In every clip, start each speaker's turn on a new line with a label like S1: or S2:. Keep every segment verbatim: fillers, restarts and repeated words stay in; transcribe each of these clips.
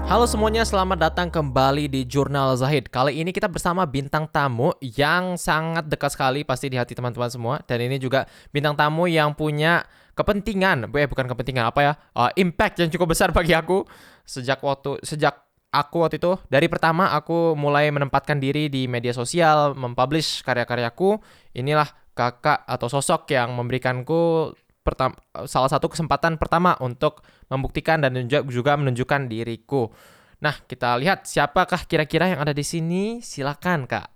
S1: Halo semuanya, selamat datang kembali di Jurnal Zahid. Kali ini kita bersama bintang tamu yang sangat dekat sekali pasti di hati teman-teman semua. Dan ini juga bintang tamu yang punya kepentingan, eh bukan kepentingan apa ya, uh, impact yang cukup besar bagi aku sejak waktu sejak aku waktu itu dari pertama aku mulai menempatkan diri di media sosial, mempublish karya-karyaku. Inilah kakak atau sosok yang memberikanku pertama, salah satu kesempatan pertama untuk membuktikan dan juga menunjukkan diriku. Nah, kita lihat siapakah kira-kira yang ada di sini. Silakan, Kak.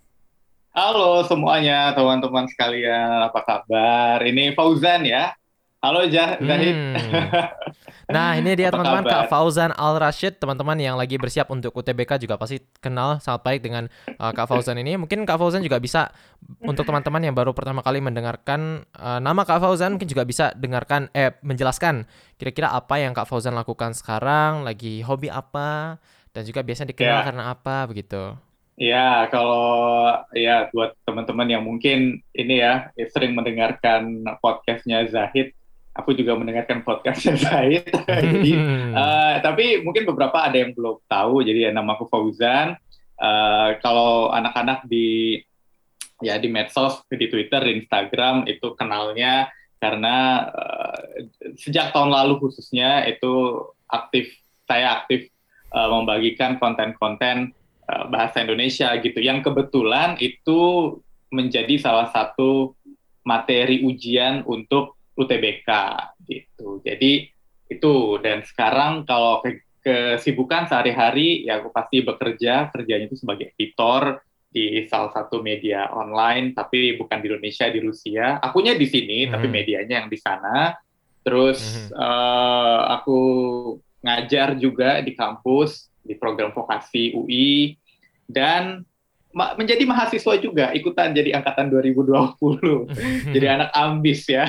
S2: Halo semuanya, teman-teman sekalian, apa kabar? Ini Fauzan ya. Halo Jah- Zahid,
S1: Hmm. Nah, ini dia
S2: apa
S1: teman-teman, Kak
S2: kabar?
S1: Fauzan Al-Rashid. Teman-teman yang lagi bersiap untuk U T B K juga pasti kenal sangat baik dengan uh, Kak Fauzan ini. Mungkin Kak Fauzan juga bisa, untuk teman-teman yang baru pertama kali mendengarkan uh, nama Kak Fauzan, mungkin juga bisa dengarkan, eh menjelaskan kira-kira apa yang Kak Fauzan lakukan sekarang, lagi hobi apa, dan juga biasanya dikenal
S2: Ya,
S1: karena apa, begitu.
S2: ya kalau ya buat teman-teman yang mungkin ini ya sering mendengarkan podcastnya Zahid, aku juga mendengarkan podcastnya Zahid. Jadi, eh, tapi mungkin beberapa ada yang belum tahu. Jadi ya nama aku Fauzan. Eh, kalau anak-anak di ya di medsos, di Twitter, di Instagram itu kenalnya karena uh, sejak tahun lalu khususnya itu aktif saya aktif uh, membagikan konten-konten uh, bahasa Indonesia gitu yang kebetulan itu menjadi salah satu materi ujian untuk U T B K gitu. Jadi itu dan sekarang kalau ke kesibukan sehari-hari ya aku pasti bekerja kerjanya itu sebagai editor di salah satu media online, tapi bukan di Indonesia, di Rusia. Akunya di sini, tapi
S1: Mhm.
S2: medianya yang di sana. Terus
S1: Mhm.
S2: uh, aku ngajar juga di kampus, di program vokasi U I, dan ma- menjadi mahasiswa juga, ikutan jadi angkatan dua ribu dua puluh. Jadi anak ambis ya.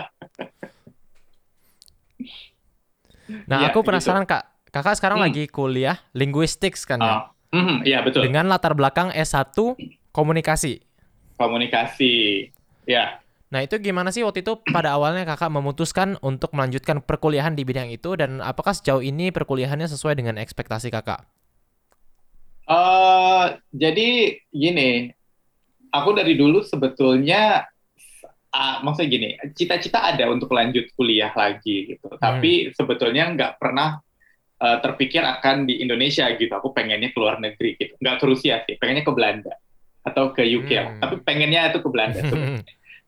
S1: Nah,
S2: Iya,
S1: aku
S2: gitu.
S1: penasaran, Kak. Kakak sekarang
S2: Hmm.
S1: lagi kuliah linguistics kan ya?
S2: Uh, hmm, iya, betul.
S1: Dengan latar belakang S satu komunikasi.
S2: Komunikasi. Ya.
S1: Nah, itu gimana sih waktu itu pada awalnya Kakak memutuskan untuk melanjutkan perkuliahan di bidang itu, dan apakah sejauh ini perkuliahannya sesuai dengan ekspektasi Kakak?
S2: Uh, jadi gini, aku dari dulu sebetulnya uh, maksudnya gini, cita-cita ada untuk lanjut kuliah lagi gitu.
S1: Hmm.
S2: Tapi sebetulnya nggak pernah uh, terpikir akan di Indonesia gitu. Aku pengennya ke luar negeri gitu. Nggak ke Rusia sih, pengennya ke Belanda atau ke U K lah. Tapi
S1: Hmm.
S2: pengennya itu ke Belanda sebenarnya.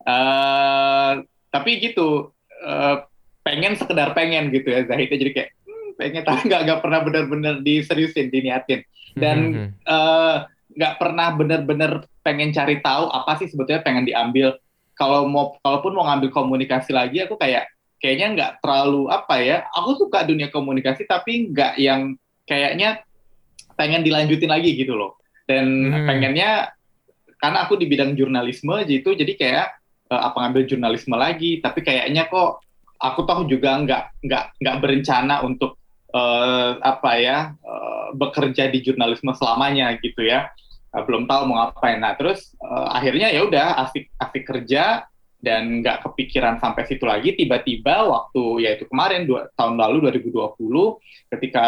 S2: Uh, tapi gitu, uh, pengen sekedar pengen gitu ya Zahidnya jadi kayak hmm, pengen tapi nggak nggak pernah benar-benar diseriusin diniatin dan uh, nggak pernah benar-benar pengen cari tahu apa sih sebetulnya pengen diambil kalau mau kalaupun mau ngambil komunikasi lagi aku kayak kayaknya nggak terlalu apa ya aku suka dunia komunikasi tapi nggak yang kayaknya pengen dilanjutin lagi gitu loh dan
S1: Hmm.
S2: pengennya karena aku di bidang jurnalisme gitu jadi kayak uh, apa ngambil jurnalisme lagi tapi kayaknya kok aku toh juga nggak nggak nggak berencana untuk uh, apa ya uh, bekerja di jurnalisme selamanya gitu ya. Uh, belum tahu mau ngapain. Nah terus uh, akhirnya ya udah asik asik kerja dan nggak kepikiran sampai situ lagi tiba-tiba waktu yaitu kemarin dua, tahun lalu dua ribu dua puluh ketika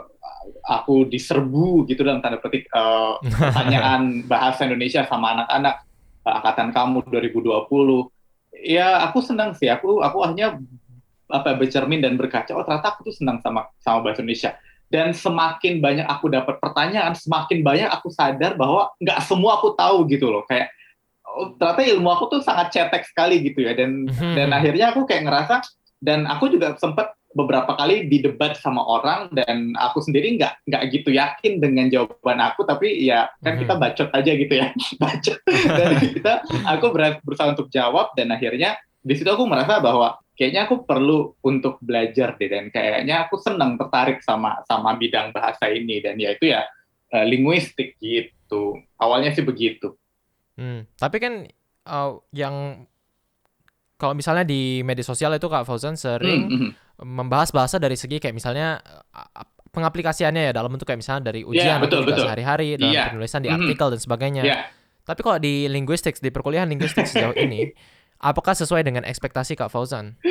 S2: aku diserbu gitu dalam tanda petik uh, pertanyaan bahasa Indonesia sama anak-anak uh, angkatan kamu dua ribu dua puluh. Ya aku senang sih. Aku aku akhirnya apa bercermin dan berkaca. Oh ternyata aku tuh senang sama sama bahasa Indonesia. Dan semakin banyak aku dapat pertanyaan, semakin banyak aku sadar bahwa nggak semua aku tahu gitu loh. Kayak oh, ternyata ilmu aku tuh sangat cetek sekali gitu ya. Dan dan akhirnya aku kayak ngerasa dan aku juga sempat beberapa kali didebat sama orang dan aku sendiri nggak nggak gitu yakin dengan jawaban aku tapi ya kan kita bacot aja gitu ya bacot dan kita aku berusaha untuk jawab dan akhirnya di situ aku merasa bahwa kayaknya aku perlu untuk belajar deh dan kayaknya aku senang tertarik sama sama bidang bahasa ini dan ya itu ya uh, linguistik gitu awalnya sih begitu.
S1: Hmm. Tapi kan uh, yang kalau misalnya di media sosial itu Kak Fauzan
S2: Hmm,
S1: sering
S2: hmm.
S1: membahas bahasa dari segi kayak misalnya uh, pengaplikasiannya ya dalam bentuk kayak misalnya dari
S2: Ya
S1: ujian atau
S2: betul
S1: juga
S2: betul
S1: sehari-hari dalam
S2: iya.
S1: penulisan di
S2: Hmm,
S1: artikel dan sebagainya.
S2: ya.
S1: Tapi kalau di linguistics, di perkuliahan linguistics sejauh ini, apakah sesuai dengan ekspektasi Kak Fauzan?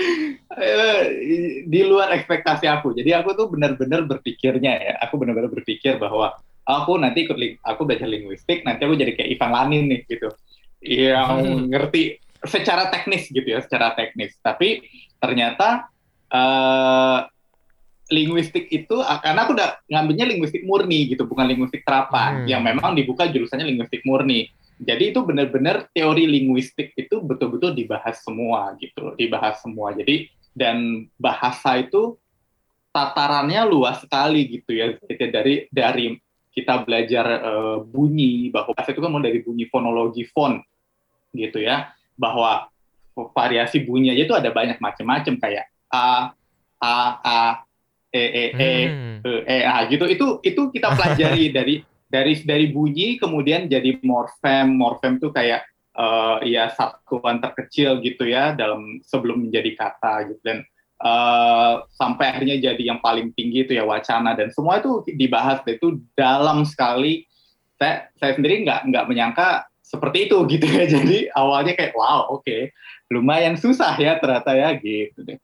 S2: Eh, di luar ekspektasi aku. Jadi aku tuh benar-benar berpikirnya ya, aku benar-benar berpikir bahwa aku nanti ikut ling- aku belajar linguistik, nanti aku jadi kayak Ivan Lanin nih gitu, yang ngerti secara teknis gitu ya, secara teknis. Tapi ternyata eh, linguistik itu, karena aku udah ngambilnya linguistik murni gitu, bukan linguistik terapan, yang
S1: Hmm.
S2: memang dibuka jurusannya linguistik murni. Jadi itu benar-benar teori linguistik itu betul-betul dibahas semua gitu, dibahas semua. Jadi dan bahasa itu tatarannya luas sekali gitu ya. Jadi dari dari kita belajar uh, bunyi, bahwa bahasa itu kan mulai dari bunyi fonologi font gitu ya, bahwa variasi bunyi aja itu ada banyak macam-macam kayak a a a e e e
S1: Hmm.
S2: e e a gitu. Itu itu kita pelajari dari dari dari bunyi kemudian jadi morfem. Morfem tuh kayak uh, ya satuan terkecil gitu ya dalam sebelum menjadi kata gitu, dan uh, sampai akhirnya jadi yang paling tinggi itu ya wacana, dan semua itu dibahas itu dalam sekali. Saya saya sendiri nggak nggak menyangka seperti itu gitu ya. Jadi awalnya kayak wow, oke, okay, lumayan susah ya ternyata ya gitu deh.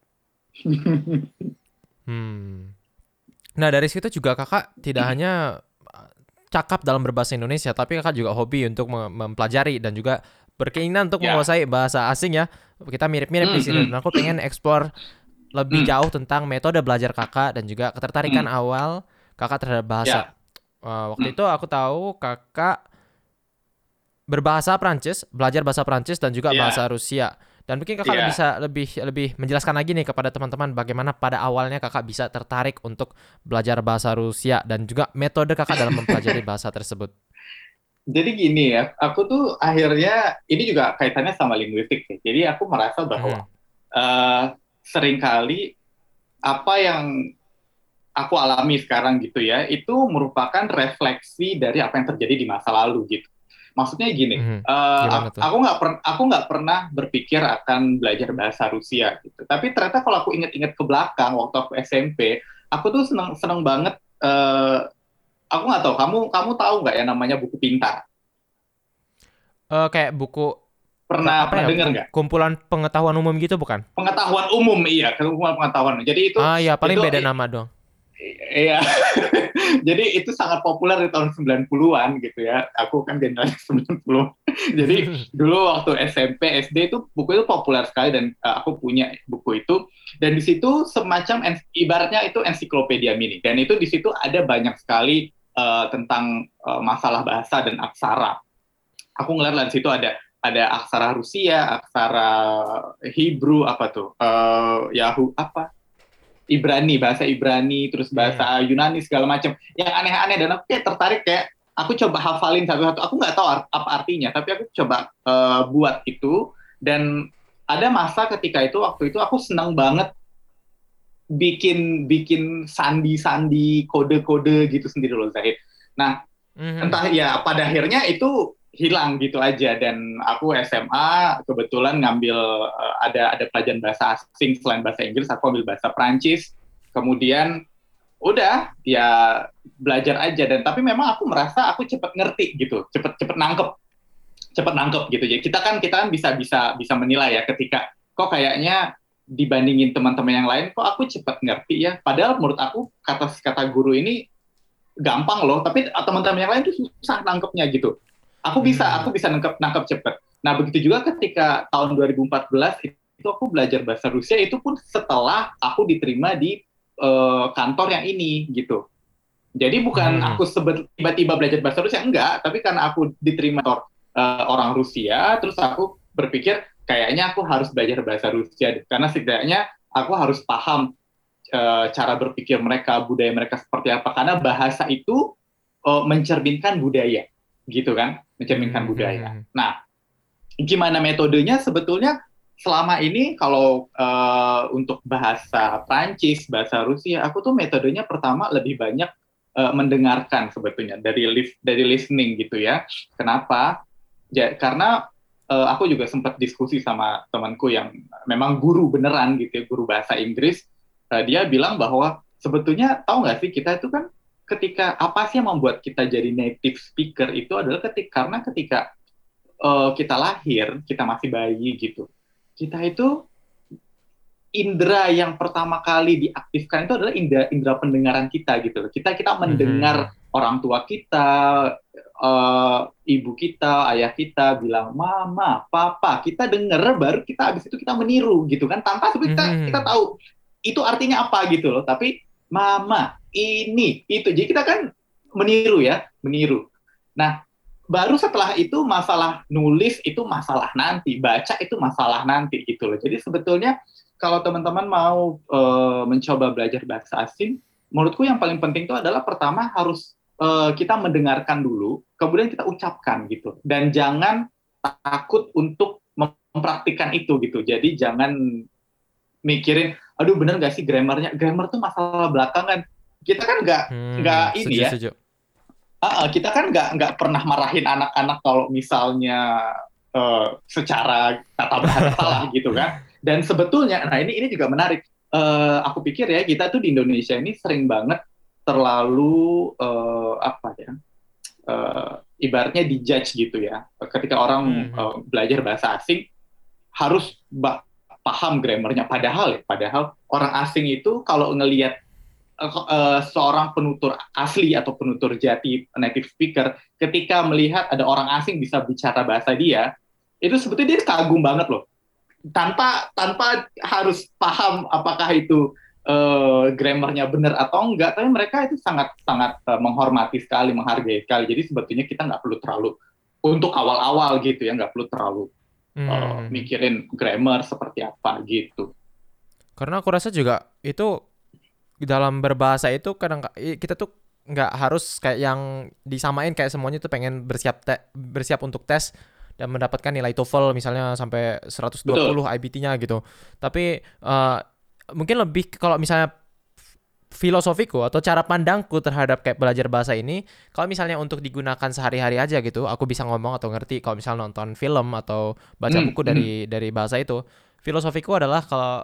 S1: Hmm. Nah, dari situ juga kakak tidak hanya uh, cakap dalam berbahasa Indonesia, tapi kakak juga hobi untuk mem- mempelajari dan juga berkeinginan untuk
S2: Ya.
S1: menguasai bahasa asing ya. Kita mirip-mirip di
S2: Hmm,
S1: sini. Dan
S2: hmm,
S1: aku pengen explore lebih
S2: hmm,
S1: jauh tentang metode belajar kakak dan juga ketertarikan
S2: hmm.
S1: awal kakak terhadap bahasa.
S2: Ya.
S1: Uh, waktu
S2: Hmm.
S1: itu aku tahu kakak berbahasa Prancis, belajar bahasa Prancis dan juga bahasa
S2: Ya.
S1: Rusia. Dan mungkin kakak lebih
S2: Ya.
S1: bisa lebih lebih menjelaskan lagi nih kepada teman-teman bagaimana pada awalnya kakak bisa tertarik untuk belajar bahasa Rusia dan juga metode kakak dalam mempelajari bahasa tersebut.
S2: Jadi gini ya, aku tuh akhirnya ini juga kaitannya sama linguistik sih. Jadi aku merasa bahwa
S1: Mhm.
S2: uh, seringkali apa yang aku alami sekarang gitu ya, itu merupakan refleksi dari apa yang terjadi di masa lalu gitu. Maksudnya gini,
S1: Mhm.
S2: uh,
S1: Gimana tuh?
S2: aku nggak per- aku nggak pernah berpikir akan belajar bahasa Rusia gitu. Tapi ternyata kalau aku inget-inget ke belakang waktu aku S M P, aku tuh seneng seneng banget. Uh, aku nggak tahu, kamu kamu tahu nggak ya namanya buku pintar?
S1: Eh kayak buku ka-
S2: Pernah
S1: apa
S2: pernah
S1: ya?
S2: dengar
S1: kum-
S2: nggak?
S1: kumpulan pengetahuan umum gitu bukan?
S2: Pengetahuan umum, iya, kumpulan pengetahuan. Jadi itu
S1: Ah ya, paling
S2: itu
S1: beda nama doang.
S2: iya. Jadi itu sangat populer di tahun sembilan puluhan gitu ya. Aku kan generasi sembilan puluh. Jadi dulu waktu S M P, S D itu buku itu populer sekali, dan uh, aku punya buku itu, dan di situ semacam ibaratnya itu ensiklopedia mini, dan itu di situ ada banyak sekali uh, tentang uh, masalah bahasa dan aksara. Aku ngeliat di situ ada ada aksara Rusia, aksara Hebrew, apa tuh? Uh, Yahoo apa? Ibrani, bahasa Ibrani, terus
S1: Hmm.
S2: bahasa Yunani segala macam. Yang aneh-aneh, dan aku kayak tertarik, kayak aku coba hafalin satu-satu. Aku nggak tahu art- apa artinya, tapi aku coba uh, buat itu, dan ada masa ketika itu waktu itu aku senang banget bikin bikin sandi-sandi kode-kode gitu sendiri loh, Zahid. Nah,
S1: Mhm.
S2: entah ya pada akhirnya itu hilang gitu aja, dan aku S M A kebetulan ngambil uh, ada ada pelajaran bahasa asing selain bahasa Inggris, aku ambil bahasa Prancis, kemudian udah ya belajar aja, dan tapi memang aku merasa aku cepet ngerti gitu, cepet cepet nangkep, cepet nangkep gitu. Jadi kita kan kita kan bisa bisa bisa menilai ya, ketika kok kayaknya dibandingin teman-teman yang lain kok aku cepet ngerti ya, padahal menurut aku kata kata guru ini gampang loh, tapi teman-teman yang lain tuh susah nangkepnya gitu. Aku bisa,
S1: Hmm.
S2: aku bisa nangkep nangkep cepet. Nah begitu juga ketika tahun dua ribu empat belas itu aku belajar bahasa Rusia, itu pun setelah aku diterima di uh, kantor yang ini gitu. Jadi bukan
S1: Mhm.
S2: aku sebet, tiba-tiba belajar bahasa Rusia, enggak, tapi karena aku diterima kantor uh, orang Rusia, terus aku berpikir kayaknya aku harus belajar bahasa Rusia karena setidaknya aku harus paham uh, cara berpikir mereka, budaya mereka seperti apa. Karena bahasa itu uh, mencerminkan budaya, gitu kan? Mencerminkan budaya.
S1: Mhm.
S2: Nah, gimana metodenya? Sebetulnya selama ini kalau uh, untuk bahasa Prancis, bahasa Rusia, aku tuh metodenya pertama lebih banyak uh, mendengarkan sebetulnya dari li- dari listening gitu ya. Kenapa? Ja, karena uh, aku juga sempat diskusi sama temanku yang memang guru beneran gitu ya, guru bahasa Inggris. Uh, dia bilang bahwa sebetulnya tahu nggak sih, kita itu kan ketika apa sih yang membuat kita jadi native speaker itu adalah ketika karena ketika uh, kita lahir, kita masih bayi gitu, kita itu indera yang pertama kali diaktifkan itu adalah indera indera pendengaran kita gitu loh. Kita kita mendengar
S1: Mhm.
S2: orang tua kita, eh, ibu kita, ayah kita bilang mama, papa, kita dengar baru kita habis itu kita meniru gitu kan tanpa sebenarnya kita kita
S1: Mhm.
S2: tahu itu artinya apa gitu loh. Tapi mama, ini, itu. Jadi kita kan meniru ya, meniru. Nah, baru setelah itu masalah nulis itu masalah nanti, baca itu masalah nanti gitu loh. Jadi sebetulnya kalau teman-teman mau uh, mencoba belajar bahasa asing, menurutku yang paling penting itu adalah pertama harus uh, kita mendengarkan dulu, kemudian kita ucapkan gitu. Dan jangan takut untuk mempraktikkan itu gitu. Jadi jangan mikirin, aduh bener nggak sih grammarnya? Grammar tuh masalah belakangan. Kita kan nggak nggak
S1: Hmm,
S2: ini
S1: setuju
S2: ya,
S1: setuju.
S2: uh, kita kan nggak nggak pernah marahin anak-anak kalau misalnya uh, secara tata bahasa salah gitu kan. Dan sebetulnya, nah ini ini juga menarik. Uh, aku pikir ya kita tuh di Indonesia ini sering banget terlalu uh, apa ya, uh, ibaratnya dijudge gitu ya. Ketika orang
S1: Mhm.
S2: uh, belajar bahasa asing harus ba- paham grammarnya. Padahal ya, padahal orang asing itu kalau ngelihat uh, uh, seorang penutur asli atau penutur jati native speaker, ketika melihat ada orang asing bisa bicara bahasa dia, itu sebetulnya dia kagum banget loh. Tanpa tanpa harus paham apakah itu uh, grammarnya benar atau enggak, tapi mereka itu sangat sangat uh, menghormati sekali, menghargai sekali. Jadi sebetulnya kita nggak perlu terlalu untuk awal-awal gitu ya, nggak perlu terlalu uh,
S1: Mhm.
S2: mikirin grammar seperti apa gitu.
S1: Karena aku rasa juga itu dalam berbahasa itu kadang kita tuh nggak harus kayak yang disamain kayak semuanya tuh pengen bersiap te- bersiap untuk tes dan mendapatkan nilai TOEFL misalnya sampai seratus dua puluh
S2: Betul.
S1: I B T-nya gitu. Tapi uh, mungkin lebih kalau misalnya filosofiku atau cara pandangku terhadap kayak belajar bahasa ini, kalau misalnya untuk digunakan sehari-hari aja gitu, aku bisa ngomong atau ngerti kalau misalnya nonton film atau baca
S2: Hmm,
S1: buku
S2: hmm.
S1: dari dari bahasa itu. Filosofiku adalah kalau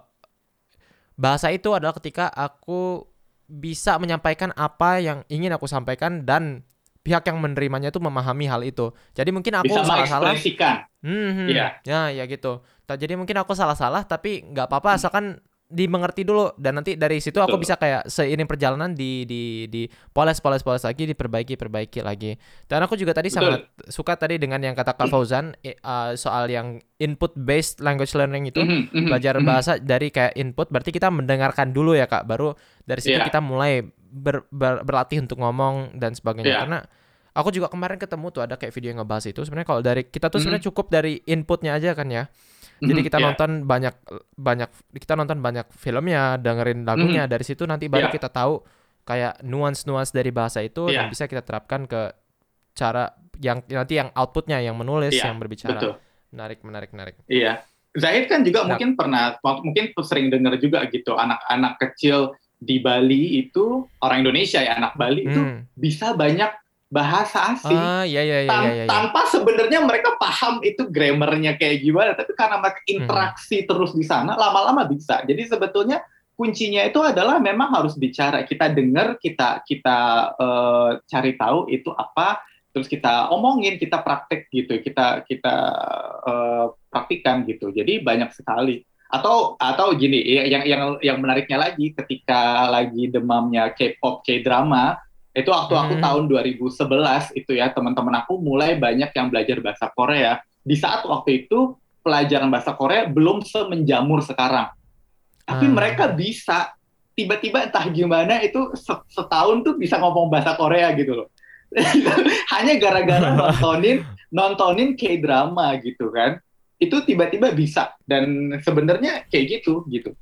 S1: bahasa itu adalah ketika aku bisa menyampaikan apa yang ingin aku sampaikan dan pihak yang menerimanya itu memahami hal itu. Jadi mungkin
S2: Bisa
S1: aku salah-salah.
S2: mengekspresikan.
S1: Hmm, hmm,
S2: Ya,
S1: ya ya gitu. Jadi mungkin aku salah-salah tapi nggak apa-apa asalkan dimengerti dulu dan nanti dari situ aku
S2: betul.
S1: bisa kayak seiring perjalanan di di di poles poles poles lagi diperbaiki perbaiki lagi. Dan aku juga tadi sangat
S2: Betul.
S1: suka tadi dengan yang kata Kak Fauzan eh, uh, soal yang input based language learning itu
S2: Mhm, mhm,
S1: belajar
S2: mhm.
S1: bahasa dari kayak input berarti kita mendengarkan dulu ya Kak baru dari situ kita
S2: Ya,
S1: mulai ber, ber- berlatih untuk ngomong dan sebagainya
S2: ya.
S1: karena aku juga kemarin ketemu tuh ada kayak video yang ngebahas itu sebenarnya kalau dari kita tuh
S2: Mhm,
S1: sebenarnya cukup dari inputnya aja kan ya. Jadi
S2: mhm,
S1: kita
S2: ya.
S1: nonton banyak banyak kita nonton banyak filmnya, dengerin lagunya,
S2: Mhm,
S1: dari situ nanti baru
S2: ya,
S1: kita tahu kayak nuans-nuans dari bahasa itu dan
S2: ya,
S1: bisa kita terapkan ke cara yang nanti yang outputnya yang menulis,
S2: ya.
S1: yang berbicara.
S2: Betul.
S1: Menarik, menarik, menarik.
S2: Iya. Zahid kan juga
S1: Nah,
S2: mungkin pernah, mungkin sering dengar juga gitu, anak-anak kecil di Bali itu, orang Indonesia ya, anak Bali itu
S1: hmm.
S2: bisa banyak bahasa asing
S1: Ah, ya ya ya ya
S2: tan
S1: ya ya.
S2: tanpa sebenarnya mereka paham itu grammarnya kayak gimana, tapi karena mereka
S1: Mhm.
S2: interaksi terus di sana, lama-lama bisa. Jadi sebetulnya kuncinya itu adalah memang harus bicara, kita dengar, kita kita uh, cari tahu itu apa, terus kita omongin, kita praktek gitu, kita kita uh, praktikan gitu. Jadi banyak sekali. Atau atau gini, yang yang yang menariknya lagi, ketika lagi demamnya K-pop, K-drama, itu waktu aku
S1: Mhm.
S2: tahun dua ribu sebelas itu ya, teman-teman aku mulai banyak yang belajar bahasa Korea. Di saat waktu itu pelajaran bahasa Korea belum semenjamur sekarang. Tapi mereka
S1: Ah.
S2: bisa tiba-tiba entah gimana itu setahun tuh bisa ngomong bahasa Korea gitu loh. Hanya gara-gara nontonin nontonin K-drama gitu kan. Itu tiba-tiba bisa, dan sebenarnya kayak gitu gitu.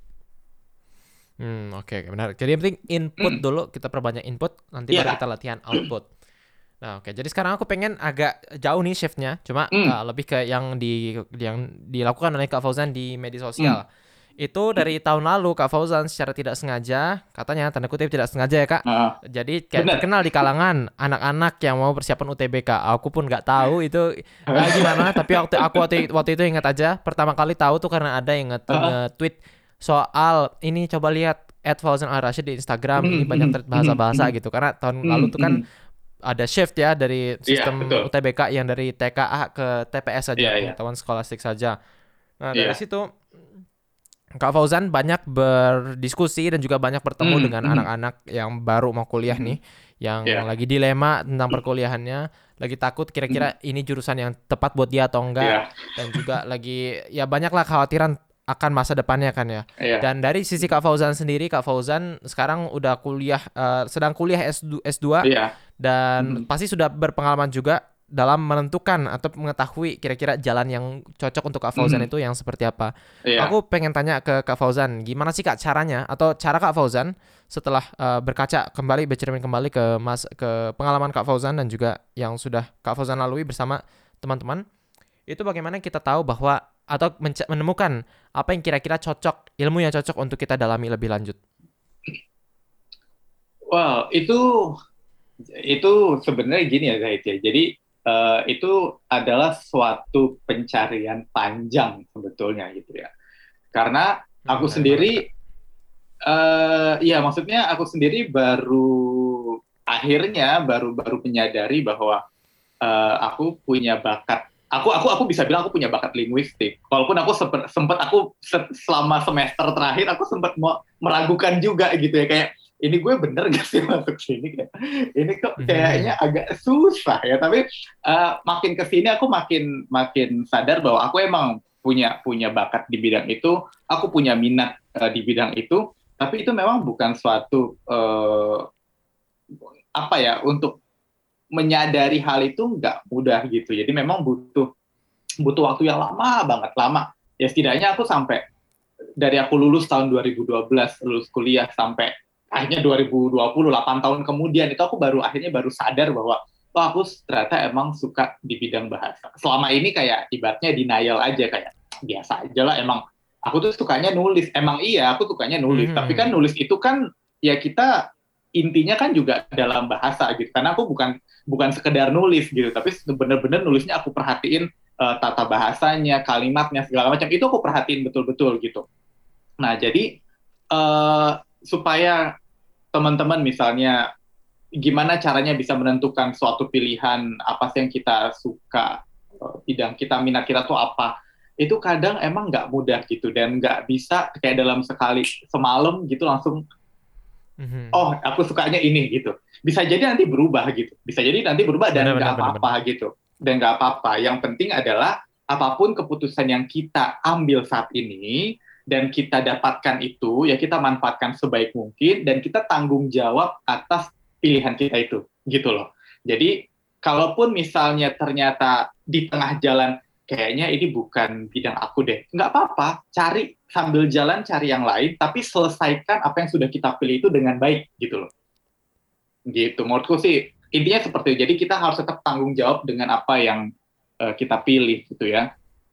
S1: Hmm, oke, okay, benar. Jadi yang penting input
S2: Hmm,
S1: dulu, kita perbanyak input, nanti baru kita
S2: iya.
S1: latihan output. Nah, oke. Jadi sekarang aku pengen agak jauh nih shiftnya, cuma
S2: Hmm,
S1: uh, lebih ke yang di yang dilakukan oleh Kak Fauzan di media
S2: hmm,
S1: sosial. Itu dari tahun lalu Kak Fauzan secara tidak sengaja, katanya tanda kutip tidak sengaja ya Kak.
S2: uh,
S1: Jadi kayak
S2: bener.
S1: terkenal di kalangan anak-anak yang mau persiapan U T B K. Aku pun nggak tahu itu uh, gimana, tapi waktu aku waktu, waktu itu ingat aja, pertama kali tahu tuh karena ada yang nge-
S2: Uh,
S1: nge-tweet soal ini coba lihat at Fauzan Al Rashid di Instagram ini
S2: hmm,
S1: banyak
S2: hmm,
S1: thread
S2: hmm,
S1: bahasa-bahasa
S2: hmm,
S1: gitu karena tahun lalu
S2: hmm,
S1: tuh kan
S2: hmm.
S1: ada shift ya dari
S2: Iya,
S1: sistem
S2: betul.
S1: U T B K yang dari T K A ke T P S saja,
S2: Iya, iya.
S1: pengetahuan skolastik saja. Nah, dari
S2: Iya.
S1: situ Kak Fauzan banyak berdiskusi dan juga banyak bertemu
S2: Hmm,
S1: dengan
S2: mhm,
S1: anak-anak yang baru mau kuliah nih,
S2: mhm,
S1: yang
S2: ya,
S1: lagi dilema tentang perkuliahannya, lagi takut
S2: mhm,
S1: kira-kira ini jurusan yang tepat buat dia atau enggak,
S2: ya,
S1: dan juga lagi ya banyaklah khawatiran akan masa depannya kan ya.
S2: ya,
S1: Dan dari sisi Kak Fauzan sendiri, Kak Fauzan sekarang udah kuliah, eh, sedang kuliah S dua, S dua
S2: iya,
S1: dan
S2: mhm,
S1: pasti sudah berpengalaman juga dalam menentukan atau mengetahui kira-kira jalan yang cocok untuk Kak Fauzan
S2: mhm,
S1: itu yang seperti apa.
S2: iya.
S1: Aku pengen tanya ke Kak Fauzan, gimana sih Kak caranya atau cara Kak Fauzan setelah uh, berkaca kembali, bercermin kembali ke mas ke pengalaman Kak Fauzan dan juga yang sudah Kak Fauzan lalui bersama teman-teman, itu bagaimana kita tahu bahwa atau menca- menemukan apa yang kira-kira cocok, ilmu yang cocok untuk kita dalami lebih lanjut.
S2: Wow, itu itu sebenarnya gini ya Zahid ya. Jadi eh, itu adalah suatu pencarian panjang sebetulnya gitu ya. Karena
S1: Hmm,
S2: aku
S1: dari mana tuh Kak?
S2: sendiri eh ya maksudnya aku sendiri baru akhirnya baru baru menyadari bahwa eh, aku punya bakat. Aku aku aku bisa bilang aku punya bakat linguistik. Walaupun aku sempat sempat aku se- selama semester terakhir aku sempat mau meragukan juga gitu ya kayak ini gue bener gak sih masuk sini kayak ini kok kayaknya
S1: Mhm.
S2: agak susah ya tapi eh, makin kesini aku makin makin sadar bahwa aku emang punya punya bakat di bidang itu aku punya minat eh, di bidang itu tapi itu memang bukan suatu eh, apa ya untuk menyadari hal itu nggak mudah gitu. Jadi memang butuh butuh waktu yang lama banget, lama. Ya setidaknya aku sampai dari aku lulus tahun dua ribu dua belas, lulus kuliah sampai akhirnya dua ribu dua puluh, delapan tahun kemudian itu aku baru akhirnya baru sadar bahwa oh aku ternyata emang suka di bidang bahasa. Selama ini kayak ibaratnya denial aja kayak biasa aja lah emang aku tuh sukanya nulis. Emang iya aku sukanya nulis, tapi kan
S1: Mhm.
S2: nulis itu kan ya kita intinya kan juga dalam bahasa gitu. Karena aku bukan bukan sekedar nulis gitu, tapi bener-bener nulisnya aku perhatiin uh, tata bahasanya, kalimatnya segala macam itu aku perhatiin betul-betul gitu. Nah, jadi uh, supaya teman-teman misalnya gimana caranya bisa menentukan suatu pilihan apa sih yang kita suka, uh, bidang kita, minat kita tuh apa, itu kadang emang nggak mudah gitu dan nggak bisa kayak dalam sekali semalam gitu langsung
S1: Mhm.
S2: oh aku sukanya ini gitu. Bisa jadi nanti berubah gitu. Bisa jadi nanti berubah dan
S1: Benar benar
S2: nggak
S1: benar benar.
S2: apa-apa gitu. Dan nggak apa-apa. Yang penting adalah apapun keputusan yang kita ambil saat ini dan kita dapatkan itu ya kita manfaatkan sebaik mungkin dan kita tanggung jawab atas pilihan kita itu gitu loh. Jadi kalaupun misalnya ternyata di tengah jalan kayaknya ini bukan bidang aku deh. Nggak apa-apa, cari sambil jalan cari yang lain, tapi selesaikan apa yang sudah kita pilih itu dengan baik gitu loh. Gitu, menurutku sih intinya seperti itu. Jadi kita harus tetap tanggung jawab dengan apa yang uh, kita pilih gitu ya.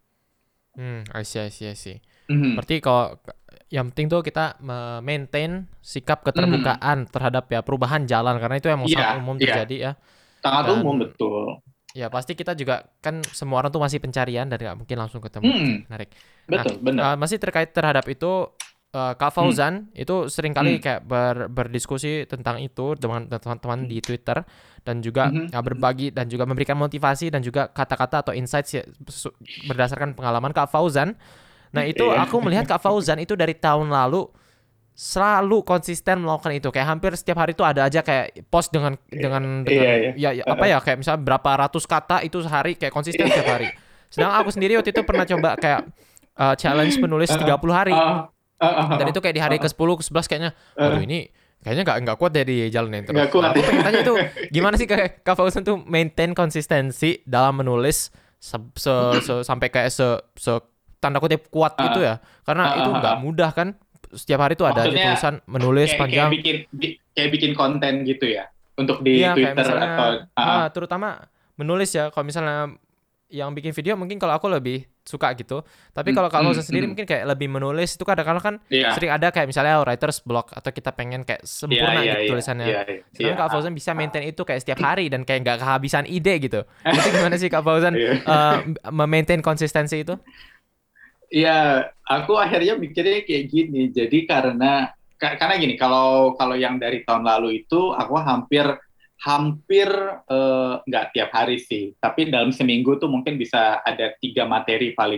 S1: Hmm, I see, I see, I see.
S2: Mhm.
S1: Berarti kalau yang penting tuh kita maintain sikap
S2: Mhm.
S1: keterbukaan terhadap ya perubahan jalan karena itu emang
S2: Iya,
S1: sangat umum
S2: iya,
S1: terjadi ya.
S2: sangat umum
S1: Dan
S2: betul.
S1: ya pasti kita juga kan semua orang tuh masih pencarian dan nggak mungkin langsung ketemu. Oke,
S2: Hmm,
S1: menarik. Nah,
S2: betul, benar.
S1: eh, masih terkait terhadap itu, eh, Kak
S2: Hmm,
S1: Fauzan itu seringkali
S2: hmm,
S1: kayak ber- berdiskusi tentang itu dengan teman-teman
S2: hmm,
S1: di Twitter dan juga
S2: hmm,
S1: ya, berbagi dan juga memberikan motivasi dan juga kata-kata atau insights ya, su- berdasarkan pengalaman Kak Fauzan. Nah, itu
S2: iya,
S1: aku melihat Kak Fauzan itu dari tahun lalu selalu konsisten melakukan itu. Kayak hampir setiap hari itu ada aja kayak post dengan dengan
S2: iya,
S1: dengan
S2: iya.
S1: ya, ya apa
S2: Uh-uh.
S1: ya kayak misalnya berapa ratus kata itu sehari kayak konsisten setiap hari. Sedangkan aku sendiri waktu itu pernah coba kayak uh, challenge menulis
S2: Uh-uh.
S1: tiga puluh hari
S2: Uh, uh, uh,
S1: dan itu kayak di hari
S2: uh,
S1: ke sepuluh ke sebelas kayaknya waduh
S2: uh,
S1: ini kayaknya nggak nggak kuat deh di jalanin
S2: nggak
S1: terus. Nah,
S2: kuat
S1: aku
S2: ya.
S1: pengen tanya itu gimana sih kayak Kak Fauzan tuh maintain konsistensi dalam menulis se, se- se- sampai kayak se, se tanda kutip kuat itu
S2: Uh,
S1: ya. Karena
S2: uh,
S1: itu
S2: uh,
S1: nggak
S2: uh.
S1: mudah kan. Setiap hari tuh ada aja
S2: Maksudnya
S1: tulisan menulis
S2: kayak kayak
S1: panjang.
S2: bikin bi- kayak bikin konten gitu ya untuk di
S1: Iya, kayak
S2: Twitter
S1: misalnya,
S2: atau uh, uh.
S1: ha, terutama menulis ya. Kalau misalnya yang bikin video mungkin kalau aku lebih suka gitu. Tapi
S2: Hmm,
S1: kalau Kak
S2: hmm,
S1: Fauzan sendiri
S2: hmm.
S1: mungkin kayak lebih menulis itu kadang-kadang kan
S2: Iya,
S1: sering ada kayak misalnya writer's block atau kita pengen kayak
S2: iya,
S1: sempurna
S2: iya,
S1: gitu
S2: iya,
S1: tulisannya.
S2: iya, iya,
S1: Sedangkan Kak
S2: ah,
S1: Fauzan bisa
S2: ah.
S1: maintain itu kayak setiap hari dan kayak nggak kehabisan ide gitu. Itu gimana sih Kak Fauzan
S2: Iya.
S1: uh, memaintain konsistensi itu?
S2: Iya, aku akhirnya mikirnya kayak gini. Jadi karena ka- karena gini, kalau kalau yang dari tahun lalu itu aku hampir hampir eh, nggak tiap hari sih, tapi dalam seminggu tuh mungkin bisa ada tiga materi paling nggak.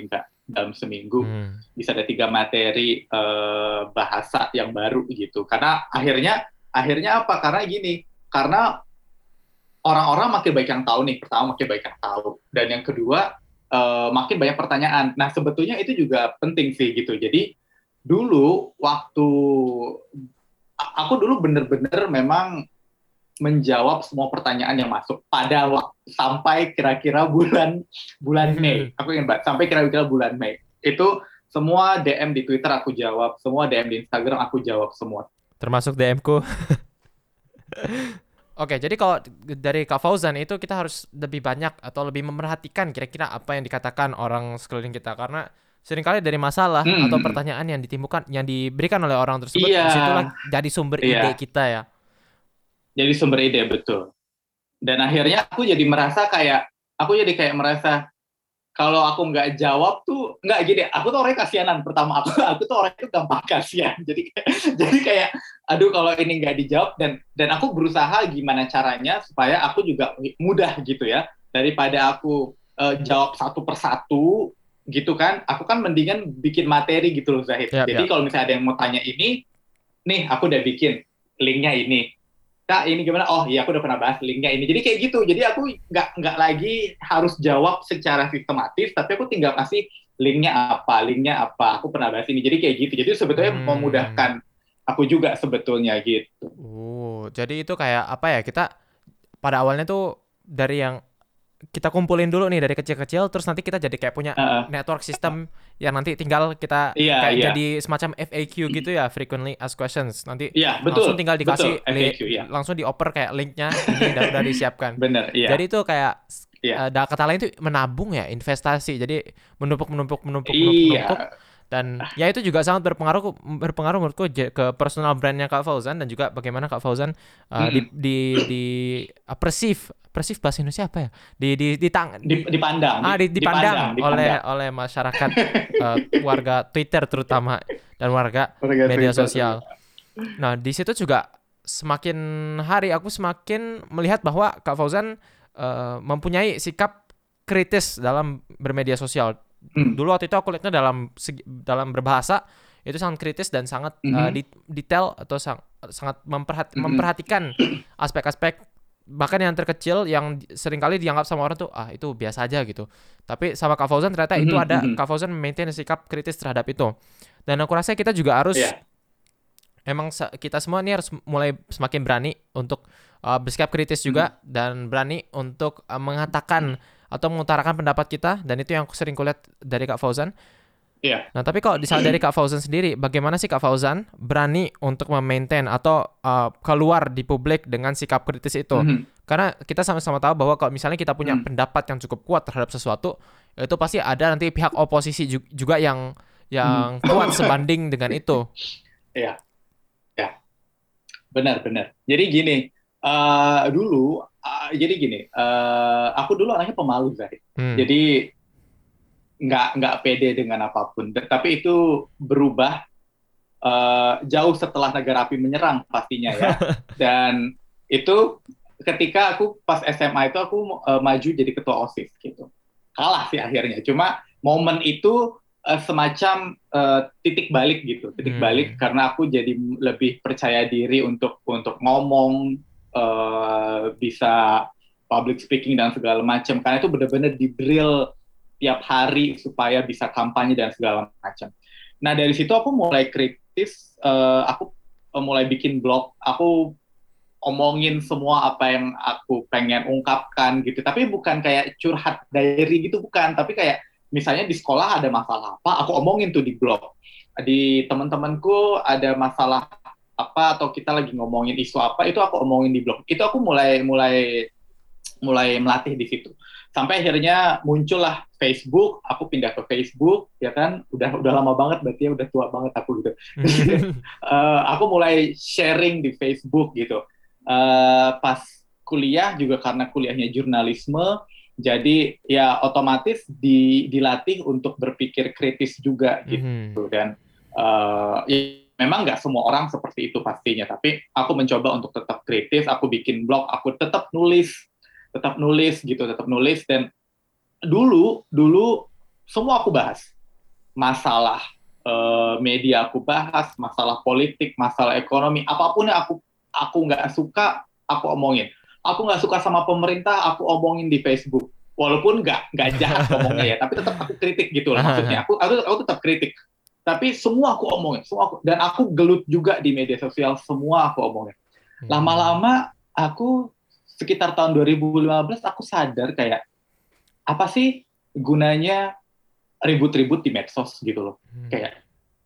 S2: dalam seminggu
S1: Hmm.
S2: bisa ada tiga materi uh, bahasa yang baru gitu. Karena akhirnya akhirnya apa? Karena gini, karena orang-orang makin banyak yang tahu nih. Pertama makin banyak yang tahu, dan yang kedua uh, makin banyak pertanyaan. Nah sebetulnya itu juga penting sih gitu. Jadi dulu waktu aku dulu bener-bener memang menjawab semua pertanyaan yang masuk pada waktu sampai kira-kira bulan bulan Mei. Aku ingat banget, sampai kira-kira bulan Mei. Itu semua D M di Twitter aku jawab, semua D M di Instagram aku jawab semua.
S1: Termasuk D M-ku. Oke, jadi kalau dari Kak Fauzan itu kita harus lebih banyak atau lebih memerhatikan kira-kira apa yang dikatakan orang sekeliling kita, karena seringkali dari masalah
S2: Hmm,
S1: atau
S2: hmm, hmm.
S1: pertanyaan yang ditimbulkan yang diberikan oleh orang tersebut,
S2: Iya,
S1: disitulah jadi sumber ide
S2: iya.
S1: kita ya.
S2: Jadi sumber ide betul. Dan akhirnya aku jadi merasa kayak, aku jadi kayak merasa kalau aku nggak jawab tuh nggak gini, aku tuh orangnya kasianan. Pertama aku aku tuh orangnya tuh gampang kasian. Jadi jadi kayak aduh kalau ini nggak dijawab, dan dan aku berusaha gimana caranya supaya aku juga mudah gitu ya, daripada aku uh, jawab satu persatu gitu kan. Aku kan mendingan bikin materi gitu loh Zahid.
S1: Yap,
S2: Jadi
S1: yap.
S2: kalau misalnya ada yang mau tanya ini, nih aku udah bikin linknya ini. Kak ini gimana? Oh iya aku udah pernah bahas linknya ini. Jadi kayak gitu. Jadi aku nggak nggak lagi harus jawab secara sistematis, tapi aku tinggal kasih linknya apa, linknya apa. Aku pernah bahas ini. Jadi kayak gitu. Jadi sebetulnya
S1: Hmm.
S2: memudahkan aku juga sebetulnya gitu.
S1: Uh, jadi itu kayak apa ya? Kita pada awalnya tuh dari yang kita kumpulin dulu nih dari kecil-kecil, terus nanti kita jadi kayak punya
S2: Uh,
S1: network system yang nanti tinggal kita
S2: iya
S1: kayak
S2: iya
S1: jadi semacam F A Q gitu ya, frequently asked questions. Nanti
S2: iya betul
S1: langsung tinggal
S2: betul
S1: dikasih li-
S2: F A Q ya.
S1: langsung dioper kayak linknya ini udah udah disiapkan.
S2: Bener iya
S1: Jadi itu kayak
S2: iya
S1: uh, kata lain itu menabung ya, investasi. Jadi menumpuk menumpuk menumpuk menumpuk menumpuk,
S2: iya.
S1: dan ya itu juga sangat berpengaruh berpengaruh menurutku j- ke personal brandnya Kak Fauzan, dan juga bagaimana Kak Fauzan uh, di
S2: Mm-mm.
S1: di di uh, perceive perceive bahasa Indonesia apa ya, di di di tang di
S2: Dipandang
S1: ah di,
S2: dipandang
S1: dipandang oleh
S2: dipandang.
S1: oleh masyarakat, uh, warga Twitter terutama, dan warga
S2: Warga
S1: media
S2: Twitter
S1: sosial.
S2: terutama.
S1: Nah di situ juga semakin hari aku semakin melihat bahwa Kak Fauzan uh, mempunyai sikap kritis dalam bermedia sosial.
S2: Hmm.
S1: Dulu waktu itu aku lihatnya dalam dalam berbahasa itu sangat kritis dan sangat uh,
S2: Mhm.
S1: detail, atau sang, sangat memperhati,
S2: Mhm.
S1: memperhatikan aspek-aspek bahkan yang terkecil yang seringkali dianggap sama orang tuh ah itu biasa aja gitu. Tapi sama Kak Fauzan ternyata itu
S2: Mhm.
S1: ada,
S2: Mhm.
S1: Kak Fauzan maintain sikap kritis terhadap itu. Dan aku rasa kita juga harus
S2: Iya.
S1: emang kita semua ini harus mulai semakin berani untuk uh, bersikap kritis
S2: Mhm.
S1: juga, dan berani untuk uh, mengatakan atau mengutarakan pendapat kita, dan itu yang aku sering kulihat dari Kak Fauzan.
S2: Iya.
S1: Nah, tapi kalau misalnya dari Kak Fauzan sendiri, bagaimana sih Kak Fauzan berani untuk memaintain atau uh, keluar di publik dengan sikap kritis itu?
S2: Mhm.
S1: Karena kita sama-sama tahu bahwa kalau misalnya kita punya
S2: Mhm.
S1: pendapat yang cukup kuat terhadap sesuatu, itu pasti ada nanti pihak oposisi ju- juga yang
S2: Mhm.
S1: yang kuat sebanding dengan itu.
S2: Iya. Ya, benar-benar. Jadi gini, eh, dulu, eh, jadi gini, eh, aku dulu anaknya pemalu, Zahid.
S1: Hmm.
S2: Jadi nggak nggak pede dengan apapun. Tapi itu berubah eh, jauh setelah negara api menyerang pastinya ya. Dan itu ketika aku pas S M A itu aku eh, maju jadi ketua OSIS gitu. Kalah sih akhirnya. Cuma momen itu eh, semacam eh, titik balik gitu, titik balik
S1: Hmm.
S2: karena aku jadi lebih percaya diri untuk untuk ngomong, eh, bisa public speaking dan segala macam. Karena itu benar-benar di drill tiap hari supaya bisa kampanye dan segala macam. Nah dari situ aku mulai kritis, eh, aku eh, mulai bikin blog, aku omongin semua apa yang aku pengen ungkapkan gitu. Tapi bukan kayak curhat diary gitu, bukan. Tapi kayak misalnya di sekolah ada masalah apa, aku omongin tuh di blog. Di teman-temanku ada masalah apa atau kita lagi ngomongin isu apa, itu aku omongin di blog. Itu aku mulai mulai mulai melatih di situ. Sampai akhirnya muncullah Facebook, aku pindah ke Facebook, ya kan, udah udah lama banget, berarti ya udah tua banget aku gitu. Jadi, uh, aku mulai sharing di Facebook gitu. Uh, pas kuliah juga karena kuliahnya jurnalisme, jadi ya otomatis di, dilatih untuk berpikir kritis juga
S1: Mhm.
S2: gitu. Dan uh, ya, memang nggak semua orang seperti itu pastinya, tapi aku mencoba untuk tetap kritis, aku bikin blog, aku tetap nulis tetap nulis gitu, tetap nulis dan dulu dulu semua aku bahas. masalah eh, media aku bahas, masalah politik, masalah ekonomi, apapun yang aku aku nggak suka, aku omongin. Aku nggak suka sama pemerintah, aku omongin di Facebook. Walaupun nggak nggak jahat ngomongnya ya, tapi tetap aku kritik gitu loh. Maksudnya aku aku, aku tetap kritik. Tapi semua aku omongin, semua aku, dan aku gelut juga di media sosial, semua aku omongin. Lama-lama aku sekitar tahun dua ribu lima belas aku sadar kayak apa sih gunanya ribut-ribut di medsos gitu loh.
S1: Hmm.
S2: Kayak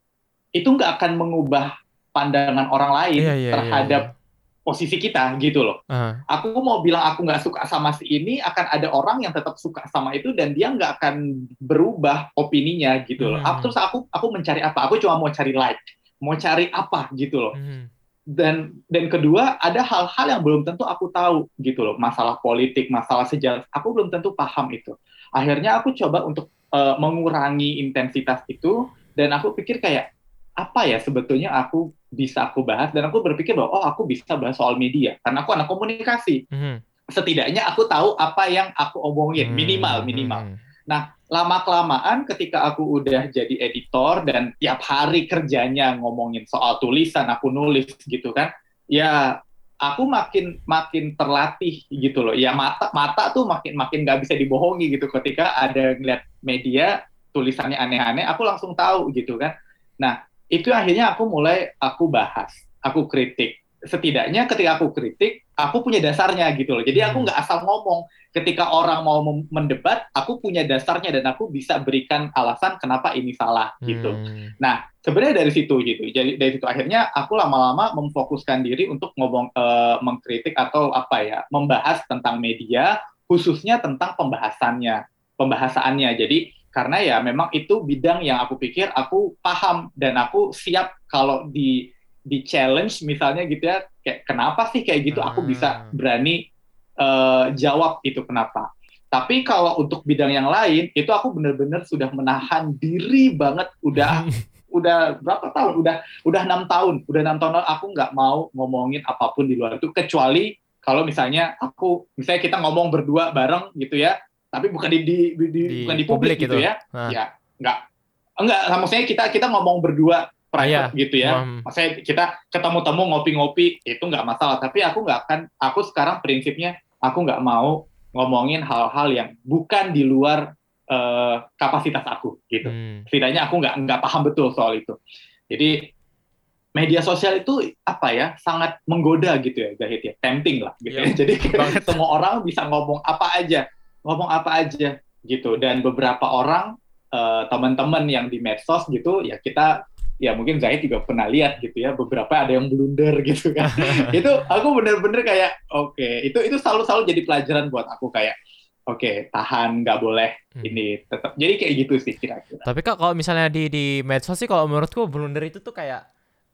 S2: itu nggak akan mengubah pandangan orang lain
S1: Iya, iya, iya, iya.
S2: terhadap posisi kita gitu loh.
S1: Uh,
S2: Aku mau bilang aku nggak suka sama si ini, akan ada orang yang tetap suka sama itu dan dia nggak akan berubah opininya gitu loh.
S1: hmm,
S2: Terus aku aku mencari apa? Aku cuma mau cari like, mau cari apa gitu loh.
S1: hmm,
S2: Dan dan kedua ada hal-hal yang belum tentu aku tahu gitu loh, masalah politik, masalah sejarah, aku belum tentu paham itu. Akhirnya aku coba untuk uh, mengurangi intensitas itu dan aku pikir kayak apa ya sebetulnya aku bisa aku bahas, dan aku berpikir bahwa oh aku bisa bahas soal media karena aku anak komunikasi.
S1: hmm,
S2: Setidaknya aku tahu apa yang aku omongin, minimal
S1: hmm,
S2: minimal.
S1: hmm.
S2: Nah, lama-kelamaan ketika aku udah jadi editor dan tiap hari kerjanya ngomongin soal tulisan, aku nulis gitu kan, ya aku makin makin terlatih gitu loh. Ya mata mata tuh makin makin nggak bisa dibohongi gitu. Ketika ada ngeliat media tulisannya aneh-aneh, aku langsung tahu gitu kan. Nah, itu akhirnya aku mulai aku bahas, aku kritik. Setidaknya ketika aku kritik, aku punya dasarnya gitu loh. Jadi aku
S1: Hmm.
S2: nggak asal ngomong. Ketika orang mau mendebat, aku punya dasarnya dan aku bisa berikan alasan kenapa ini salah gitu.
S1: Hmm.
S2: Nah, sebenarnya dari situ gitu. Jadi dari situ akhirnya aku lama-lama memfokuskan diri untuk ngomong uh, mengkritik atau apa ya, membahas tentang media, khususnya tentang pembahasannya, pembahasannya. Jadi karena ya memang itu bidang yang aku pikir aku paham dan aku siap kalau di di challenge misalnya gitu ya, kayak kenapa sih kayak gitu, aku bisa
S1: Ah.
S2: berani uh, jawab itu kenapa. Tapi kalau untuk bidang yang lain, itu aku benar-benar sudah menahan diri banget, udah udah berapa tahun, udah udah enam tahun, udah enam tahun aku nggak mau ngomongin apapun di luar itu, kecuali kalau misalnya aku, misalnya kita ngomong berdua bareng gitu ya, tapi bukan di, di, di
S1: Di
S2: bukan di publik,
S1: publik
S2: gitu
S1: itu.
S2: ya,
S1: Ah.
S2: ya nggak, enggak, maksudnya kita kita ngomong berdua
S1: Ah, iya.
S2: private gitu ya,
S1: Um,
S2: maksudnya kita ketemu-temu ngopi-ngopi itu nggak masalah, tapi aku nggak akan, aku sekarang prinsipnya aku nggak mau ngomongin hal-hal yang bukan di luar uh, kapasitas aku gitu.
S1: hmm.
S2: Setidaknya aku nggak nggak paham betul soal itu. Jadi media sosial itu apa ya, sangat menggoda gitu ya, Zahid ya, tempting lah gitu ya.
S1: Yap,
S2: Jadi
S1: banget.
S2: semua orang bisa ngomong apa aja, ngomong apa aja gitu. Dan beberapa orang uh, teman-teman yang di medsos gitu ya, kita ya mungkin Zahid juga pernah lihat gitu ya, beberapa ada yang blunder gitu kan. Itu aku bener-bener kayak oke, okay, itu itu selalu selalu jadi pelajaran buat aku kayak oke, okay, tahan, nggak boleh
S1: Hmm.
S2: ini tetap. Jadi kayak gitu sih kira-kira.
S1: Tapi Kak, kalau misalnya di di medsos sih, kalau menurutku blunder itu tuh kayak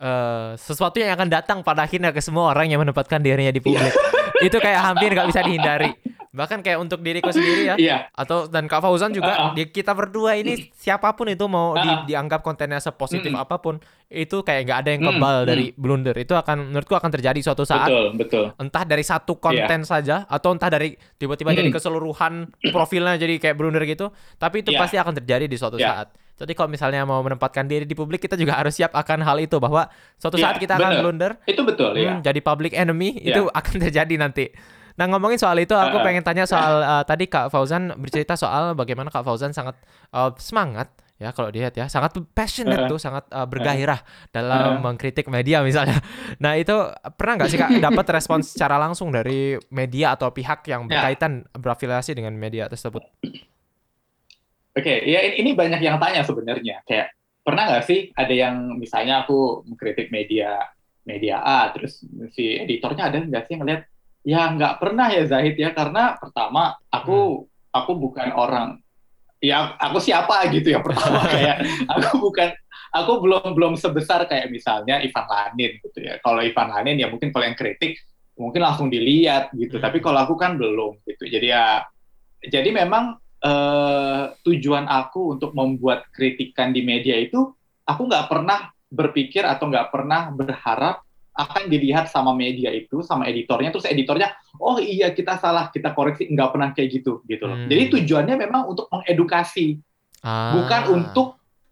S1: eh sesuatu yang akan datang pada akhirnya ke semua orang yang menempatkan dirinya di publik. Itu kayak hampir nggak bisa dihindari. Bahkan kayak untuk diriku sendiri ya,
S2: Iya.
S1: atau dan Kak Fauzan juga,
S2: Uh-uh.
S1: di kita berdua ini siapapun itu mau di,
S2: Uh-uh.
S1: dianggap kontennya sepositif
S2: Mm-mm.
S1: apapun, itu kayak nggak ada yang
S2: Mm-mm.
S1: kebal
S2: Mm-mm.
S1: dari blunder. Itu akan, menurutku akan terjadi suatu saat,
S2: Betul, betul.
S1: entah dari satu konten
S2: Iya.
S1: saja, atau entah dari tiba-tiba jadi
S2: Mm-mm.
S1: keseluruhan profilnya jadi kayak blunder gitu. Tapi itu
S2: Iya.
S1: pasti akan terjadi di suatu
S2: Iya.
S1: saat. Jadi kalau misalnya mau menempatkan diri di publik, kita juga harus siap akan hal itu, bahwa suatu
S2: Iya,
S1: saat kita akan
S2: bener.
S1: blunder,
S2: Itu betul ya.
S1: hmm, jadi public enemy,
S2: Iya.
S1: itu akan terjadi nanti. Nah, ngomongin soal itu, aku
S2: Uh-uh.
S1: pengen tanya soal uh, tadi Kak Fauzan bercerita soal bagaimana Kak Fauzan sangat uh, semangat ya, kalau dilihat ya, sangat passionate
S2: Uh-uh.
S1: tuh, sangat uh, bergairah dalam
S2: Uh-uh.
S1: mengkritik media misalnya. Nah, itu pernah nggak sih Kak dapat respons secara langsung dari media atau pihak yang
S2: Ya.
S1: berkaitan, berafiliasi dengan media tersebut?
S2: Oke, ya ini, ini banyak yang tanya sebenarnya. Kayak pernah nggak sih ada yang misalnya aku mengkritik media media A, terus si editornya ada nggak sih yang ngeliat? Ya nggak pernah ya Zahid ya, karena pertama aku aku bukan orang, ya aku siapa gitu ya, pertama kayak aku bukan, aku belum belum sebesar kayak misalnya Ivan Lanin gitu ya. Kalau Ivan Lanin ya mungkin kalau yang kritik mungkin langsung dilihat gitu,
S1: Hmm.
S2: tapi kalau aku kan belum gitu. Jadi ya, jadi memang Uh, tujuan aku untuk membuat kritikan di media itu, aku nggak pernah berpikir atau nggak pernah berharap akan dilihat sama media itu, sama editornya, terus editornya, oh iya kita salah, kita koreksi, nggak pernah kayak gitu, gitu loh.
S1: Hmm.
S2: Jadi tujuannya memang untuk mengedukasi,
S1: Ah.
S2: bukan untuk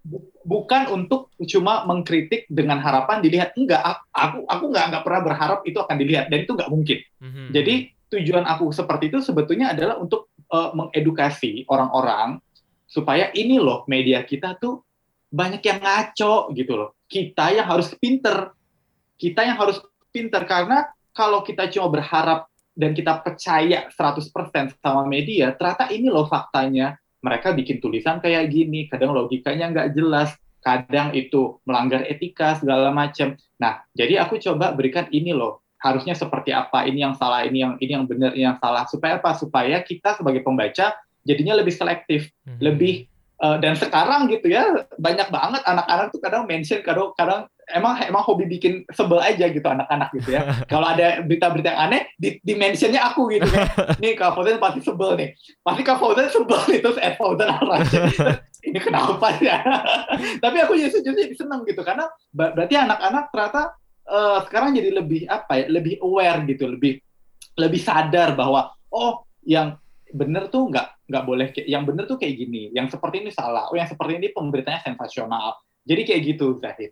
S2: bukan untuk cuma mengkritik dengan harapan dilihat. Enggak, aku aku nggak nggak pernah berharap itu akan dilihat, dan itu nggak mungkin.
S1: Mhm,
S2: Jadi
S1: mhm.
S2: tujuan aku seperti itu sebetulnya adalah untuk uh, mengedukasi orang-orang supaya ini loh, media kita tuh banyak yang ngaco gitu loh. Kita yang harus pinter, kita yang harus pinter karena kalau kita cuma berharap dan kita percaya seratus persen sama media, ternyata ini loh faktanya. Mereka bikin tulisan kayak gini, kadang logikanya nggak jelas, kadang itu melanggar etika, segala macam. Nah, jadi aku coba berikan ini loh, harusnya seperti apa, ini yang salah, ini yang ini yang benar, ini yang salah. Supaya apa? Supaya kita sebagai pembaca jadinya lebih selektif,
S1: Mhm.
S2: lebih uh, dan sekarang gitu ya, banyak banget anak-anak tuh kadang mention, kadang kadang emang emang hobi bikin sebel aja gitu anak-anak gitu ya. Kalau ada berita-berita yang aneh, di, di mentionnya aku gitu kan. Nih Kak Fauzan pasti sebel nih. Pasti Kak Fauzan sebel nih, terus Ed Fauzan Al-Rasyid. Ini kenapa ya? Tapi aku justru jadi seneng gitu, karena berarti anak-anak ternyata uh, sekarang jadi lebih apa ya, lebih aware gitu, lebih lebih sadar bahwa oh yang bener tuh nggak nggak boleh, yang bener tuh kayak gini, yang seperti ini salah, oh yang seperti ini pemberitanya sensasional. Jadi kayak gitu Zahid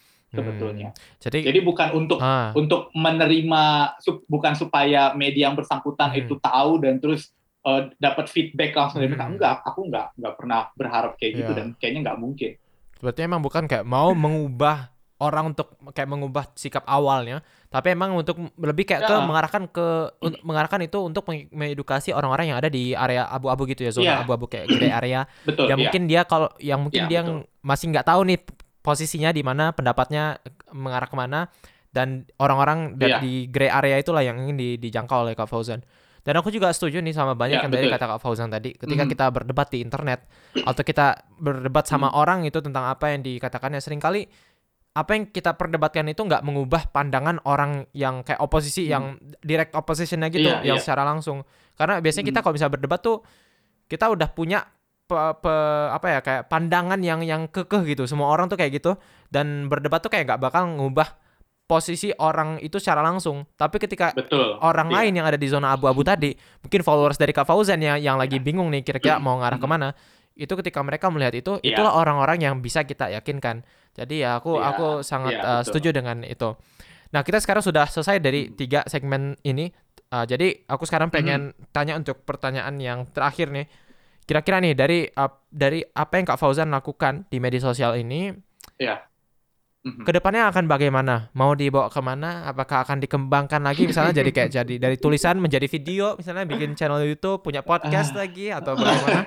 S1: Hmm,
S2: sebetulnya.
S1: jadi
S2: Jadi bukan untuk
S1: ah,
S2: untuk menerima, bukan supaya media yang bersangkutan itu
S1: mhm,
S2: tahu dan terus uh, dapat feedback langsung dari mereka.
S1: mhm.
S2: Enggak, aku enggak enggak pernah berharap kayak gitu, dan
S1: Ya.
S2: kayaknya enggak mungkin.
S1: Berarti emang bukan kayak mau mengubah orang untuk kayak mengubah sikap awalnya, tapi emang untuk lebih kayak ke
S2: Ya,
S1: mengarahkan ke un- mengarahkan itu untuk meng- mengedukasi orang-orang yang ada di area abu-abu gitu ya, zona
S2: iya,
S1: abu-abu kayak gray area.
S2: betul,
S1: Ya
S2: iya,
S1: mungkin dia kalau yang mungkin
S2: iya
S1: dia
S2: betul.
S1: ng- masih nggak tahu nih posisinya di mana, pendapatnya mengarah kemana, dan orang-orang da-
S2: Iya,
S1: di gray area itulah yang ingin di- dijangkau oleh Kak Fauzan. Dan aku juga setuju nih sama banyak
S2: iya
S1: yang tadi
S2: betul.
S1: kata Kak Fauzan tadi, ketika
S2: Mhm,
S1: kita berdebat di internet atau kita berdebat sama
S2: mhm,
S1: orang itu tentang apa yang dikatakannya, seringkali apa yang kita perdebatkan itu nggak mengubah pandangan orang yang kayak oposisi,
S2: mhm.
S1: yang direct oppositionnya gitu,
S2: Iya,
S1: yang
S2: iya.
S1: secara langsung. Karena biasanya kita
S2: Mhm,
S1: kalau bisa berdebat tuh kita udah punya pe- pe- apa ya, kayak pandangan yang yang kekeh gitu. Semua orang tuh kayak gitu, dan berdebat tuh kayak nggak bakal ngubah posisi orang itu secara langsung. Tapi ketika
S2: betul.
S1: orang lain
S2: Iya,
S1: yang ada di zona abu-abu tadi, mungkin followers dari Kak Fauzan yang yang lagi
S2: iya.
S1: bingung nih kira-kira mau ngarah
S2: Mhm,
S1: kemana, itu ketika mereka melihat itu, itulah
S2: iya,
S1: orang-orang yang bisa kita yakinkan. Jadi ya aku
S2: iya,
S1: aku sangat
S2: iya
S1: uh,
S2: betul.
S1: setuju dengan itu. Nah, kita sekarang sudah selesai dari
S2: Mhm,
S1: tiga segmen ini. Uh, jadi aku sekarang
S2: mhm,
S1: pengen tanya untuk pertanyaan yang terakhir nih. Kira-kira nih dari uh, dari apa yang Kak Fauzan lakukan di media sosial ini,
S2: iya. Mhm.
S1: kedepannya akan bagaimana? Mau dibawa kemana? Apakah akan dikembangkan lagi misalnya jadi kayak jadi dari tulisan menjadi video, misalnya bikin channel YouTube, punya podcast
S2: Ah.
S1: lagi, atau bagaimana?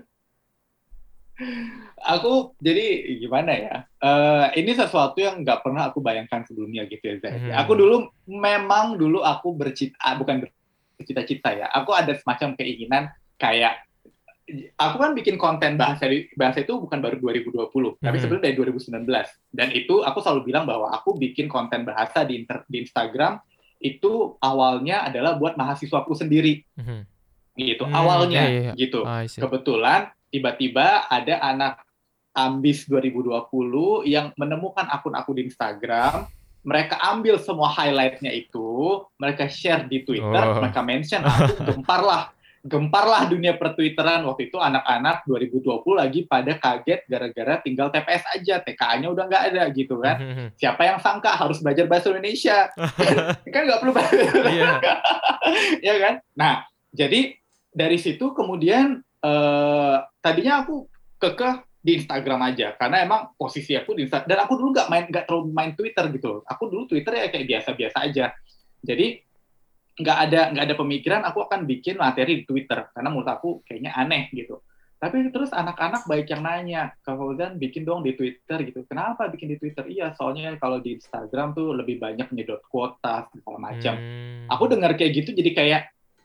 S2: Aku jadi gimana ya? Eh, ini sesuatu yang nggak pernah aku bayangkan sebelumnya gitu ya, Zahid. Aku
S1: Hmm.
S2: dulu memang dulu aku bercita, ah, bukan bercita-cita ya. Aku ada semacam keinginan kayak, aku kan bikin konten bahasa bahasa itu bukan baru dua ribu dua puluh, tapi
S1: Mhm.
S2: sebenarnya dari dua ribu sembilan belas. Dan itu aku selalu bilang bahwa aku bikin konten bahasa di, inter, di Instagram itu awalnya adalah buat mahasiswaku sendiri
S1: Mhm.
S2: gitu.
S1: Hmm, ya ya
S2: Awalnya
S1: ya.
S2: gitu.
S1: Ah, I see.
S2: Kebetulan tiba-tiba ada anak Ambis dua ribu dua puluh yang menemukan akun aku di Instagram, mereka ambil semua highlight-nya itu, mereka share di Twitter,
S1: Oh.
S2: mereka mention aku, gemparlah. Gemparlah dunia pertwitteran. Waktu itu anak-anak dua ribu dua puluh lagi pada kaget gara-gara tinggal T P S aja, T K A-nya udah nggak ada gitu kan.
S1: Mhm.
S2: Siapa yang sangka harus belajar bahasa Indonesia? Kan nggak perlu
S1: Iya.
S2: ya kan? Nah, jadi dari situ kemudian eh, tadinya aku kekeh di Instagram aja karena emang posisi aku di Instagram, dan aku dulu nggak main nggak terlalu main Twitter gitu. Aku dulu Twitter ya kayak biasa-biasa aja. Jadi nggak ada nggak ada pemikiran aku akan bikin materi di Twitter karena menurut aku kayaknya aneh gitu. Tapi terus anak-anak baik yang nanya, Kak Fauzan bikin dong di Twitter gitu. Kenapa bikin di Twitter? Iya, soalnya kalau di Instagram tuh lebih banyak nyedot kuota segala macam. Aku
S1: Hmm.
S2: dengar kayak gitu jadi kayak,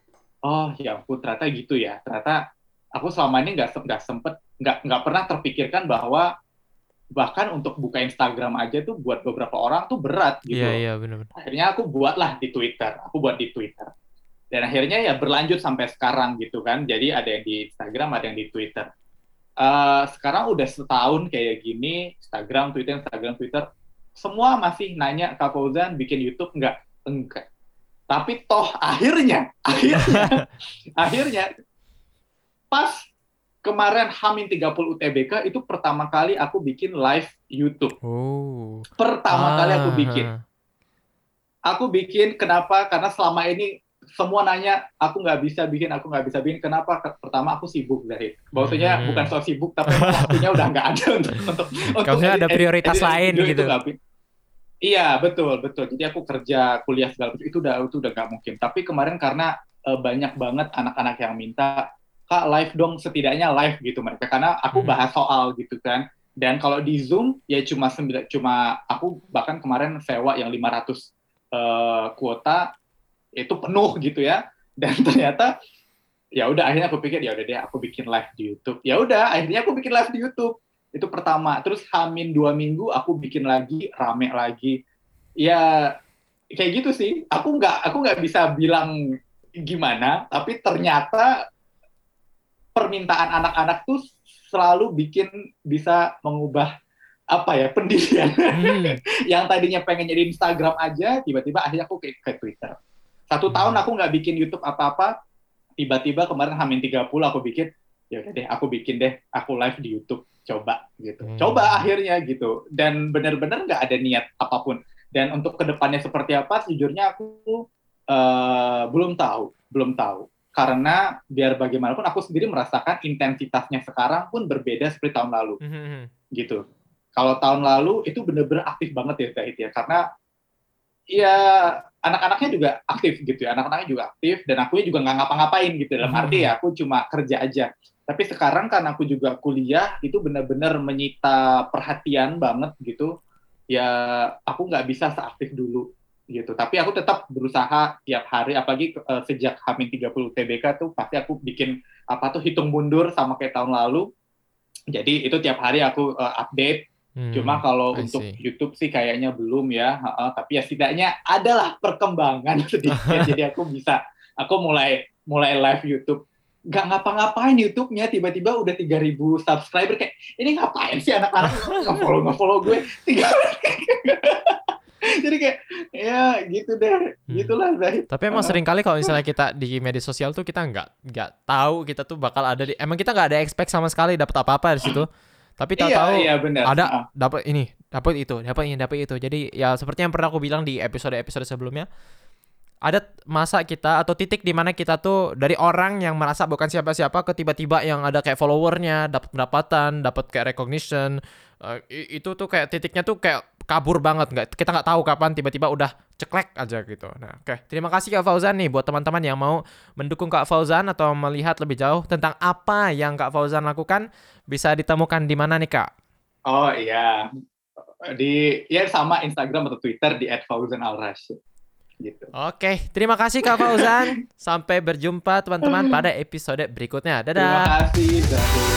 S2: oh ya ampun ternyata gitu ya. Ternyata aku selama ini nggak nggak sempet nggak nggak pernah terpikirkan bahwa bahkan untuk buka Instagram aja tuh buat beberapa orang tuh berat
S1: Iya
S2: gitu loh.
S1: iya, benar-benar.
S2: Akhirnya aku buatlah di Twitter. Aku buat di Twitter. Dan akhirnya ya berlanjut sampai sekarang gitu kan. Jadi ada yang di Instagram, ada yang di Twitter. Uh, sekarang udah setahun kayak gini, Instagram, Twitter, Instagram, Twitter. Semua masih nanya, Kak Fauzan bikin YouTube nggak? Enggak. Tapi toh akhirnya, akhirnya, akhirnya pas kemarin H tiga puluh U T B K itu pertama kali aku bikin live YouTube.
S1: Oh.
S2: Pertama
S1: Ah,
S2: kali aku bikin. Aku bikin kenapa? Karena selama ini semua nanya, aku nggak bisa bikin, aku nggak bisa bikin. Kenapa? Pertama aku sibuk Zahid. Maksudnya
S1: hmm.
S2: bukan so sibuk, tapi waktunya udah nggak ada untuk untuk untuk
S1: Kamu ada prioritas
S2: edit,
S1: lain
S2: video
S1: gitu.
S2: itu gak, iya betul betul. Jadi aku kerja, kuliah segala macam itu udah itu udah nggak mungkin. Tapi kemarin karena uh, banyak banget anak-anak yang minta, Kak live dong, setidaknya live gitu mereka. Karena aku bahas soal gitu kan. Dan kalau di Zoom ya cuma sembilan, cuma aku bahkan kemarin sewa yang lima ratus uh, kuota itu penuh gitu ya, dan ternyata ya udah akhirnya aku pikir ya udah deh aku bikin live di YouTube. Ya udah akhirnya aku bikin live di YouTube itu pertama. Terus hamin dua minggu aku bikin lagi, rame lagi. Ya kayak gitu sih. Aku nggak aku nggak bisa bilang gimana, tapi ternyata permintaan anak-anak tuh selalu bikin bisa mengubah apa ya pendirian hmm. yang tadinya pengen jadi Instagram aja, tiba-tiba akhirnya aku ke, ke Twitter. Satu hmm. tahun aku nggak bikin YouTube apa-apa, tiba-tiba kemarin H tiga puluh aku bikin, ya udah deh aku bikin deh, aku live di YouTube, coba gitu. Hmm. Coba akhirnya gitu. Dan benar-benar nggak ada niat apapun. Dan untuk kedepannya seperti apa, sejujurnya aku uh, belum tahu, belum tahu. Karena biar bagaimanapun aku sendiri merasakan intensitasnya sekarang pun berbeda seperti tahun lalu. Hmm. Gitu. Kalau tahun lalu itu benar-benar aktif banget ya Zahid ya, karena ya anak-anaknya juga aktif gitu ya, anak-anaknya juga aktif dan akunya juga nggak ngapa-ngapain gitu, dalam arti ya aku cuma kerja aja. Tapi sekarang kan aku juga kuliah, itu benar-benar menyita perhatian banget gitu, ya aku nggak bisa seaktif dulu gitu. Tapi aku tetap berusaha tiap hari, apalagi uh, sejak H tiga puluh T B K tuh pasti aku bikin apa tuh hitung mundur sama kayak tahun lalu. Jadi itu tiap hari aku uh, update. Hmm, Cuma kalau untuk YouTube sih kayaknya belum ya, uh, tapi ya setidaknya adalah perkembangan sedikit. Jadi aku bisa, aku mulai mulai live YouTube. Gak ngapa-ngapain YouTube-nya, tiba-tiba udah tiga ribu subscriber. Kayak, ini ngapain sih anak-anak nge-follow, nge-follow gue? Jadi kayak, ya gitu deh, hmm. gitulah Zahid.
S1: Tapi emang uh, sering kali kalau misalnya kita di media sosial tuh kita nggak nggak tahu kita tuh bakal ada di, emang kita nggak ada expect sama sekali dapat apa-apa di situ. Tapi tahu-tahu
S2: iya, iya,
S1: ada uh. dapat ini, dapat itu, dapat ini, dapat itu. Jadi ya seperti yang pernah aku bilang di episode-episode sebelumnya, ada masa kita atau titik di mana kita tuh dari orang yang merasa bukan siapa-siapa ke tiba-tiba yang ada kayak followernya, dapat pendapatan, dapat kayak recognition. Uh, itu tuh kayak titiknya tuh kayak kabur banget, nggak, kita nggak tahu kapan tiba-tiba udah ceklek aja gitu. Nah, oke, okay. Terima kasih Kak Fauzan nih buat teman-teman yang mau mendukung Kak Fauzan atau melihat lebih jauh tentang apa yang Kak Fauzan lakukan, bisa ditemukan di mana nih Kak?
S2: Oh iya, di ya sama Instagram atau Twitter di et fauzan al rasyid. Gitu.
S1: Oke, terima kasih Kak Fauzan. Sampai berjumpa teman-teman pada episode berikutnya. Dadah.
S2: Terima kasih.